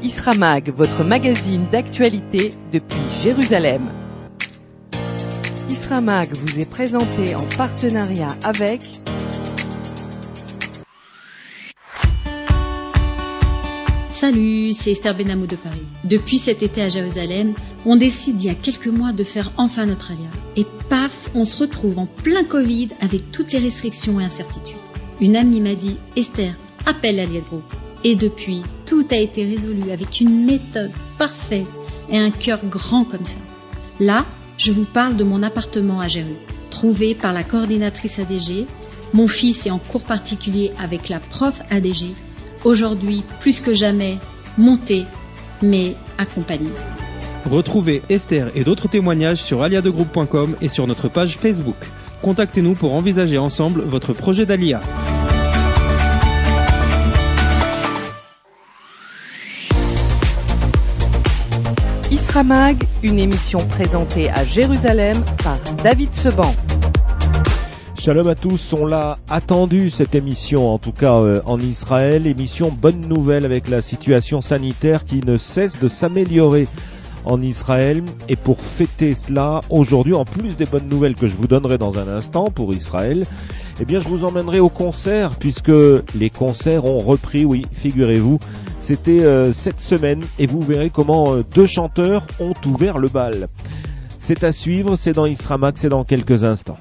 Isra Mag, votre magazine d'actualité depuis Jérusalem. Isra Mag vous est présenté en partenariat avec Salut, c'est Esther Benamou de Paris. Depuis cet été à Jérusalem, on décide il y a quelques mois de faire enfin notre alia. Et paf, on se retrouve en plein Covid avec toutes les restrictions et incertitudes. Une amie m'a dit « Esther, appelle l'Alia Group ». Et depuis, tout a été résolu avec une méthode parfaite et un cœur grand comme ça. Là, je vous parle de mon appartement à Jéru, trouvé par la coordinatrice ADG. Mon fils est en cours particulier avec la prof ADG. Aujourd'hui, plus que jamais, monté, mais accompagné. Retrouvez Esther et d'autres témoignages sur aliadegroup.com et sur notre page Facebook. Contactez-nous pour envisager ensemble votre projet d'Alia. Isra Mag, une émission présentée à Jérusalem par David Seban. Shalom à tous, on l'a attendu cette émission, en tout cas en Israël, émission bonne nouvelle avec la situation sanitaire qui ne cesse de s'améliorer en Israël. Et pour fêter cela, aujourd'hui, en plus des bonnes nouvelles que je vous donnerai dans un instant pour Israël, eh bien je vous emmènerai au concert, puisque les concerts ont repris, oui, figurez-vous, c'était cette semaine, et vous verrez comment deux chanteurs ont ouvert le bal. C'est à suivre, c'est dans Isra Mag, c'est dans quelques instants.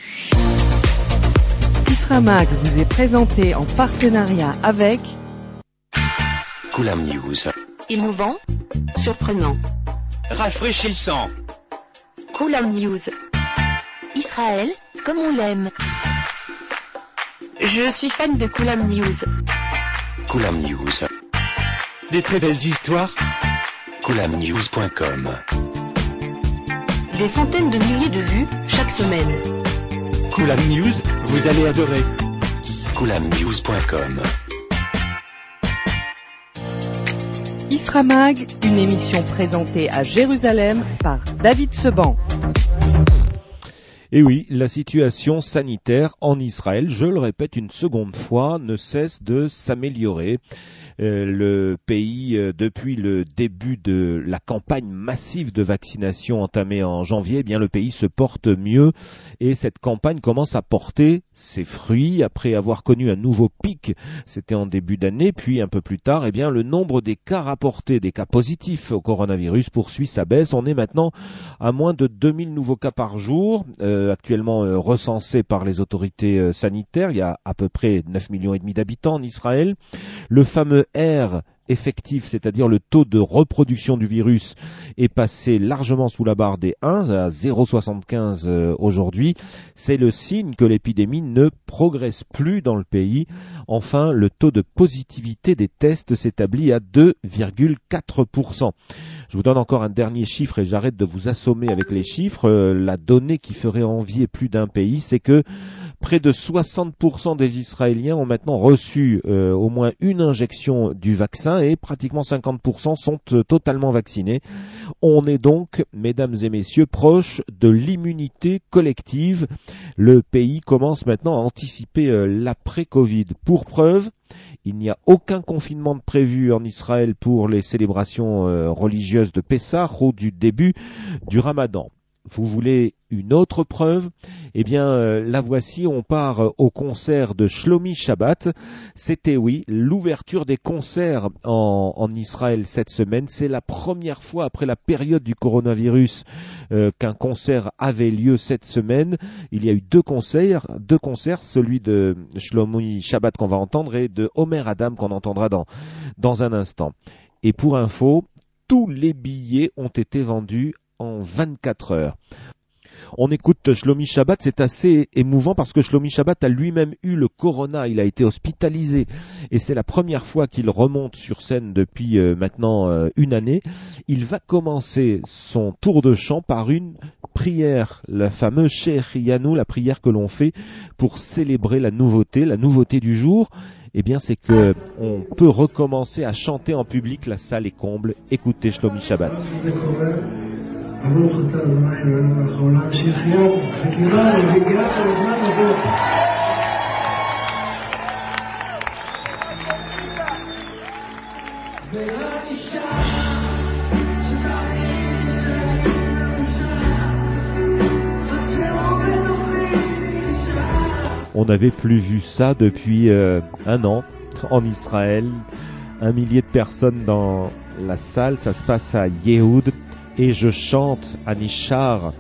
Isra Mag vous est présenté en partenariat avec Koulam News. Émouvant, surprenant, Rafraîchissant. Koulam News. Israël, comme on l'aime. Je suis fan de Koulam News. Koulam News. Des très belles histoires. KoulamNews.com. Des centaines de milliers de vues chaque semaine. Koulam News, vous allez adorer. KoulamNews.com. Isra Mag, une émission présentée à Jérusalem par David Seban. Et oui, la situation sanitaire en Israël, je le répète une seconde fois, ne cesse de s'améliorer. Le pays, depuis le début de la campagne massive de vaccination entamée en janvier, eh bien le pays se porte mieux et cette campagne commence à porter ses fruits après avoir connu un nouveau pic. C'était en début d'année, puis un peu plus tard, eh bien le nombre des cas rapportés, des cas positifs au coronavirus poursuit sa baisse. On est maintenant à moins de 2000 nouveaux cas par jour, actuellement recensés par les autorités sanitaires. Il y a à peu près 9,5 millions d'habitants en Israël. Le fameux R effectif, c'est-à-dire le taux de reproduction du virus, est passé largement sous la barre des 1 à 0,75 aujourd'hui. C'est le signe que l'épidémie ne progresse plus dans le pays. Enfin, le taux de positivité des tests s'établit à 2,4%. Je vous donne encore un dernier chiffre et j'arrête de vous assommer avec les chiffres. La donnée qui ferait envier plus d'un pays, c'est que près de 60% des Israéliens ont maintenant reçu au moins une injection du vaccin et pratiquement 50% sont totalement vaccinés. On est donc, mesdames et messieurs, proche de l'immunité collective. Le pays commence maintenant à anticiper l'après-Covid. Pour preuve, il n'y a aucun confinement de prévu en Israël pour les célébrations religieuses de Pessah ou du début du Ramadan. Vous voulez une autre preuve? Eh bien, la voici, on part au concert de Shlomi Shabbat. C'était, oui, l'ouverture des concerts en Israël cette semaine. C'est la première fois après la période du coronavirus qu'un concert avait lieu cette semaine. Il y a eu deux concerts, celui de Shlomi Shabbat qu'on va entendre et de Omer Adam qu'on entendra dans un instant. Et pour info, tous les billets ont été vendus en 24 heures. On écoute Shlomi Shabbat, c'est assez émouvant parce que Shlomi Shabbat a lui-même eu le corona, il a été hospitalisé et c'est la première fois qu'il remonte sur scène depuis maintenant une année. Il va commencer son tour de chant par une prière, la fameuse Shechianu, la prière que l'on fait pour célébrer la nouveauté du jour. Eh bien, c'est que on peut recommencer à chanter en public, la salle est comble. Écoutez Shlomi Shabbat. ברוך אתה אדוני אלוהינו מלך העולם שהחיינו וקיימנו והגיענו לזמן הזה. On n'avait plus vu ça depuis un an en Israël. 1 millier de personnes dans la salle, ça se passe à Yehoud et je chante à Nishar.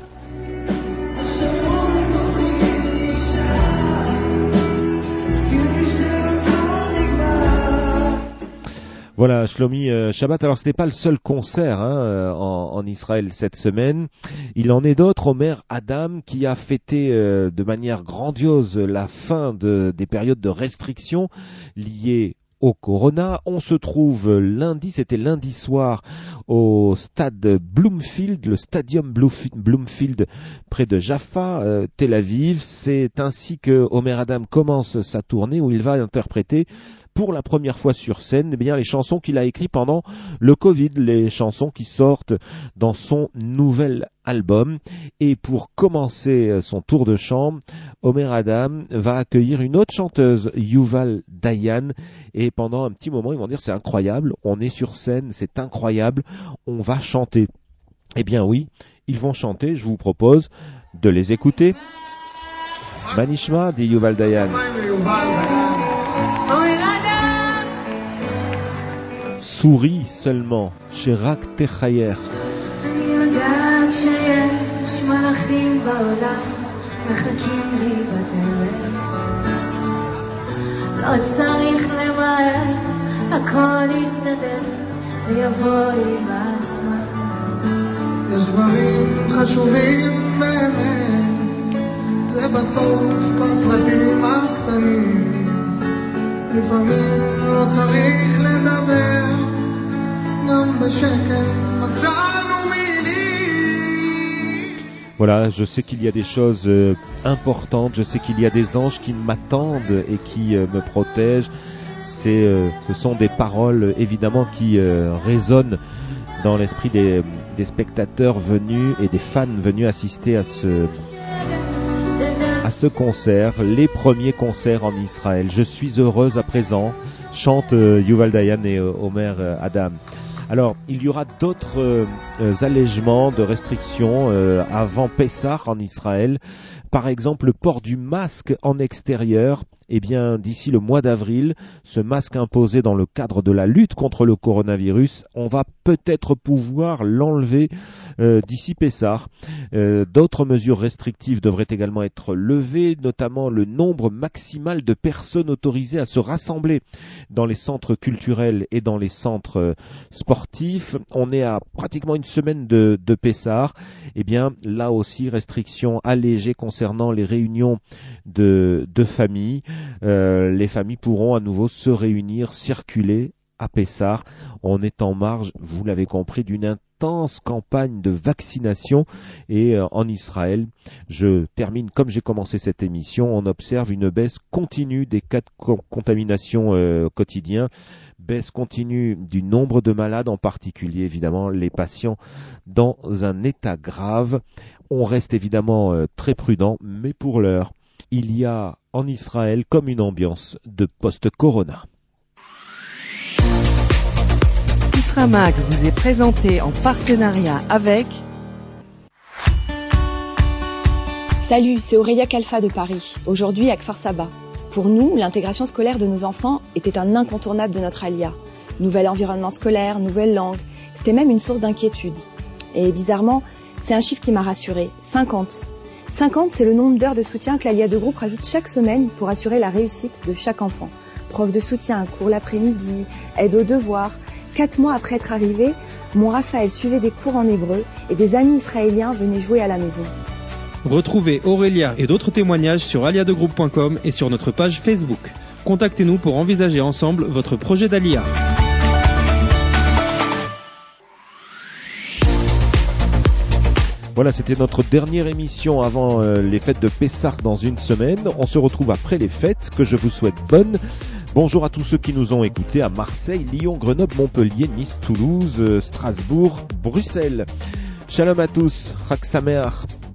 Voilà, Shlomi Shabbat. Alors, ce n'est pas le seul concert en Israël cette semaine. Il en est d'autres. Omer Adam, qui a fêté de manière grandiose la fin des périodes de restrictions liées au Corona. On se trouve lundi, c'était lundi soir, au stade Bloomfield, le stadium Bloomfield, près de Jaffa, Tel Aviv. C'est ainsi que Omer Adam commence sa tournée où il va interpréter pour la première fois sur scène, les chansons qu'il a écrites pendant le Covid, les chansons qui sortent dans son nouvel album. Et pour commencer son tour de chant, Omer Adam va accueillir une autre chanteuse, Yuval Dayan. Et pendant un petit moment, ils vont dire c'est incroyable, on est sur scène, c'est incroyable, on va chanter. Eh bien oui, ils vont chanter, je vous propose de les écouter. Manishma dit Yuval Dayan. Souris seulement, Shirak Techayer. יש דברים חשובים באמת, זה בסוף בפרטים הקטנים. לפעמים לא צריך לדבר, גם בשקט מצאנו מילים. Voilà, je sais qu'il y a des choses importantes, je sais qu'il y a des anges qui m'attendent et qui me protègent. Ce sont des paroles évidemment qui résonnent dans l'esprit des spectateurs venus et des fans venus assister à ce concert, les premiers concerts en Israël. Je suis heureuse à présent, chante Yuval Dayan et Omer Adam. Alors, il y aura d'autres allègements de restrictions avant Pessah en Israël. Par exemple, le port du masque en extérieur. Eh bien, d'ici le mois d'avril, ce masque imposé dans le cadre de la lutte contre le coronavirus, on va peut-être pouvoir l'enlever d'ici Pessah. D'autres mesures restrictives devraient également être levées, notamment le nombre maximal de personnes autorisées à se rassembler dans les centres culturels et dans les centres sportifs. On est à pratiquement une semaine de Pessah. Eh bien, là aussi, restrictions allégées concernant les réunions de famille. Les familles pourront à nouveau se réunir, circuler à Pessah. On est en marge, vous l'avez compris, d'une intense campagne de vaccination. Et en Israël, je termine comme j'ai commencé cette émission, on observe une baisse continue des cas de contamination quotidiens, baisse continue du nombre de malades, en particulier évidemment les patients dans un état grave. On reste évidemment très prudent, mais pour l'heure, il y a en Israël comme une ambiance de post-corona. Isramag vous est présenté en partenariat avec... Salut, c'est Aurélia Kalfa de Paris, aujourd'hui à Kfar Saba. Pour nous, l'intégration scolaire de nos enfants était un incontournable de notre Alia. Nouvel environnement scolaire, nouvelle langue, c'était même une source d'inquiétude. Et bizarrement, c'est un chiffre qui m'a rassurée, 50. 50, c'est le nombre d'heures de soutien que l'Alia de groupe rajoute chaque semaine pour assurer la réussite de chaque enfant. Prof de soutien, cours l'après-midi, aide aux devoirs. 4 mois après être arrivé, mon Raphaël suivait des cours en hébreu et des amis israéliens venaient jouer à la maison. Retrouvez Aurélia et d'autres témoignages sur aliadegroupe.com et sur notre page Facebook. Contactez-nous pour envisager ensemble votre projet d'Alia. Voilà, c'était notre dernière émission avant les fêtes de Pessah dans une semaine. On se retrouve après les fêtes, que je vous souhaite bonnes. Bonjour à tous ceux qui nous ont écoutés à Marseille, Lyon, Grenoble, Montpellier, Nice, Toulouse, Strasbourg, Bruxelles. Shalom à tous, Chag Sameach.